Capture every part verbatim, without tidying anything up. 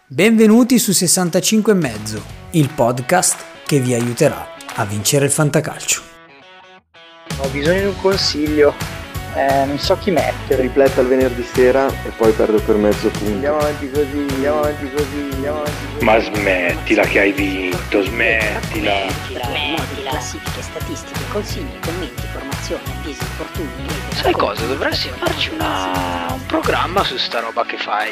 Benvenuti su sessantacinque e mezzo, il podcast che vi aiuterà a vincere il fantacalcio. Ho bisogno di un consiglio, eh, non so chi mettere. Ripletta il venerdì sera e poi perdo per mezzo punto. Andiamo avanti così, andiamo avanti così, andiamo avanti così. Ma smettila che hai vinto, smettila. Smettila. Classifiche, statistiche, consigli, commenti, formazione, avvisi, infortuni. Sai cosa? Dovresti farci una... un programma su sta roba che fai.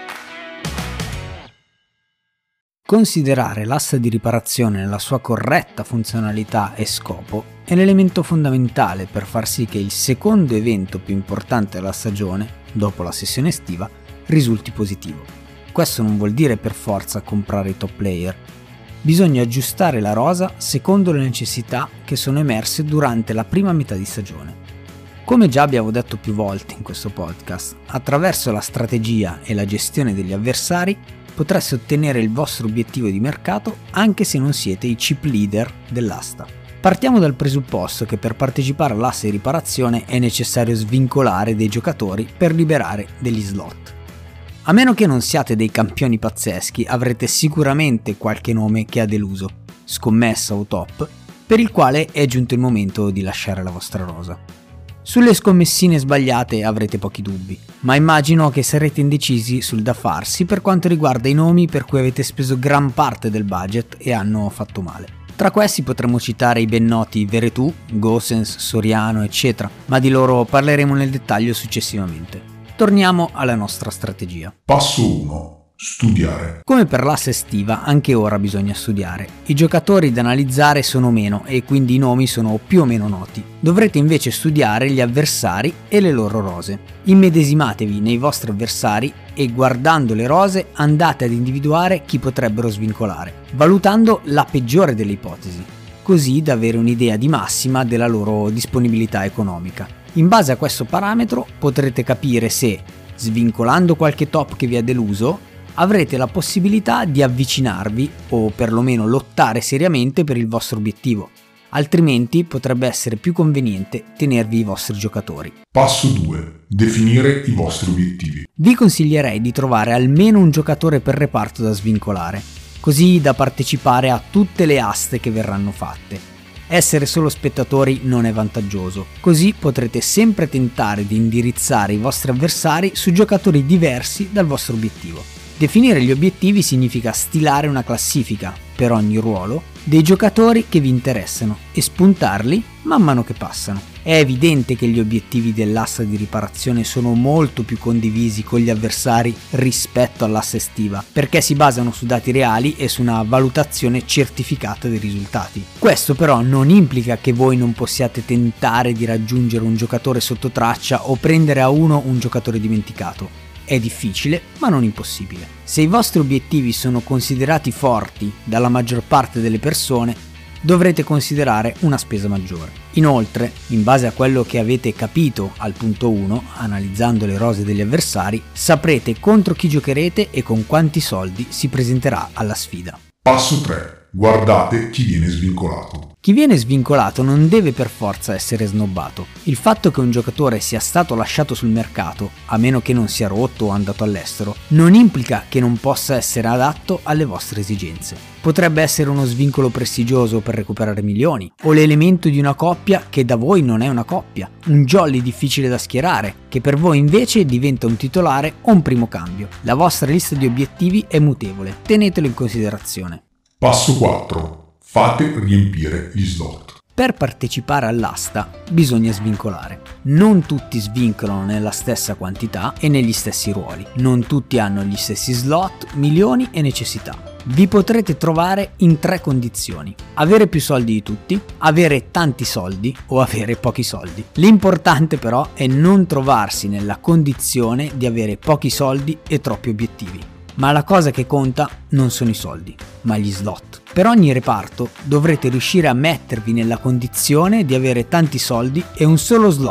Considerare l'asta di riparazione nella sua corretta funzionalità e scopo è l'elemento fondamentale per far sì che il secondo evento più importante della stagione, dopo la sessione estiva, risulti positivo. Questo non vuol dire per forza comprare i top player. Bisogna aggiustare la rosa secondo le necessità che sono emerse durante la prima metà di stagione. Come già abbiamo detto più volte in questo podcast, attraverso la strategia e la gestione degli avversari potreste ottenere il vostro obiettivo di mercato anche se non siete i chip leader dell'asta. Partiamo dal presupposto che per partecipare all'asta di riparazione è necessario svincolare dei giocatori per liberare degli slot. A meno che non siate dei campioni pazzeschi, avrete sicuramente qualche nome che ha deluso, scommessa o top, per il quale è giunto il momento di lasciare la vostra rosa. Sulle scommessine sbagliate avrete pochi dubbi, ma immagino che sarete indecisi sul da farsi per quanto riguarda i nomi per cui avete speso gran parte del budget e hanno fatto male. Tra questi potremmo citare i ben noti Veretù, Gosens, Soriano, eccetera, ma di loro parleremo nel dettaglio successivamente. Torniamo alla nostra strategia. Passo uno. Studiare. Come per l'asta estiva, anche ora bisogna studiare. I giocatori da analizzare sono meno e quindi i nomi sono più o meno noti. Dovrete invece studiare gli avversari e le loro rose. Immedesimatevi nei vostri avversari e guardando le rose andate ad individuare chi potrebbero svincolare, valutando la peggiore delle ipotesi, così da avere un'idea di massima della loro disponibilità economica. In base a questo parametro potrete capire se, svincolando qualche top che vi ha deluso, avrete la possibilità di avvicinarvi o perlomeno lottare seriamente per il vostro obiettivo, altrimenti potrebbe essere più conveniente tenervi i vostri giocatori. Passo due. Definire i vostri obiettivi. Vi consiglierei di trovare almeno un giocatore per reparto da svincolare, così da partecipare a tutte le aste che verranno fatte. Essere solo spettatori non è vantaggioso, così potrete sempre tentare di indirizzare i vostri avversari su giocatori diversi dal vostro obiettivo. Definire gli obiettivi significa stilare una classifica, per ogni ruolo, dei giocatori che vi interessano e spuntarli man mano che passano. È evidente che gli obiettivi dell'asta di riparazione sono molto più condivisi con gli avversari rispetto all'asta estiva, perché si basano su dati reali e su una valutazione certificata dei risultati. Questo però non implica che voi non possiate tentare di raggiungere un giocatore sotto traccia o prendere a uno un giocatore dimenticato. È difficile, ma non impossibile. Se i vostri obiettivi sono considerati forti dalla maggior parte delle persone, dovrete considerare una spesa maggiore. Inoltre, in base a quello che avete capito al punto uno, analizzando le rose degli avversari, saprete contro chi giocherete e con quanti soldi si presenterà alla sfida. Passo tre. Guardate chi viene svincolato. Chi viene svincolato non deve per forza essere snobbato. Il fatto che un giocatore sia stato lasciato sul mercato, a meno che non sia rotto o andato all'estero, non implica che non possa essere adatto alle vostre esigenze. Potrebbe essere uno svincolo prestigioso per recuperare milioni, o l'elemento di una coppia che da voi non è una coppia, un jolly difficile da schierare, che per voi invece diventa un titolare o un primo cambio. La vostra lista di obiettivi è mutevole, tenetelo in considerazione. Passo quattro. Fate riempire gli slot. Per partecipare all'asta bisogna svincolare. Non tutti svincolano nella stessa quantità e negli stessi ruoli. Non tutti hanno gli stessi slot, milioni e necessità. Vi potrete trovare in tre condizioni: avere più soldi di tutti, avere tanti soldi o avere pochi soldi. L'importante però è non trovarsi nella condizione di avere pochi soldi e troppi obiettivi. Ma la cosa che conta non sono i soldi, ma gli slot. Per ogni reparto dovrete riuscire a mettervi nella condizione di avere tanti soldi e un solo slot,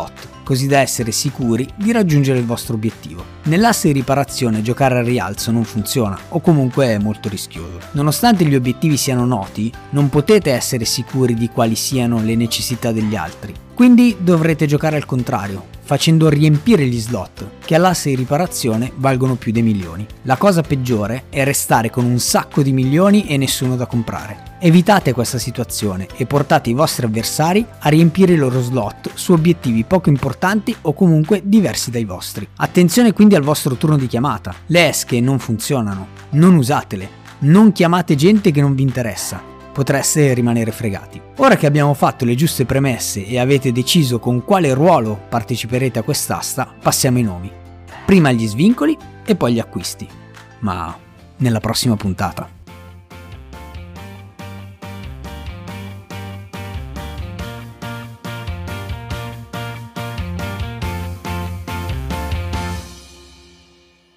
così da essere sicuri di raggiungere il vostro obiettivo. Nell'asse di riparazione giocare al rialzo non funziona, o comunque è molto rischioso. Nonostante gli obiettivi siano noti, non potete essere sicuri di quali siano le necessità degli altri. Quindi dovrete giocare al contrario, facendo riempire gli slot, che all'asse di riparazione valgono più dei milioni. La cosa peggiore è restare con un sacco di milioni e nessuno da comprare. Evitate questa situazione e portate i vostri avversari a riempire i loro slot su obiettivi poco importanti o comunque diversi dai vostri. Attenzione quindi al vostro turno di chiamata. Le esche non funzionano, non usatele, non chiamate gente che non vi interessa. Potreste rimanere fregati. Ora che abbiamo fatto le giuste premesse e avete deciso con quale ruolo parteciperete a quest'asta, passiamo ai nomi. Prima gli svincoli e poi gli acquisti, ma nella prossima puntata.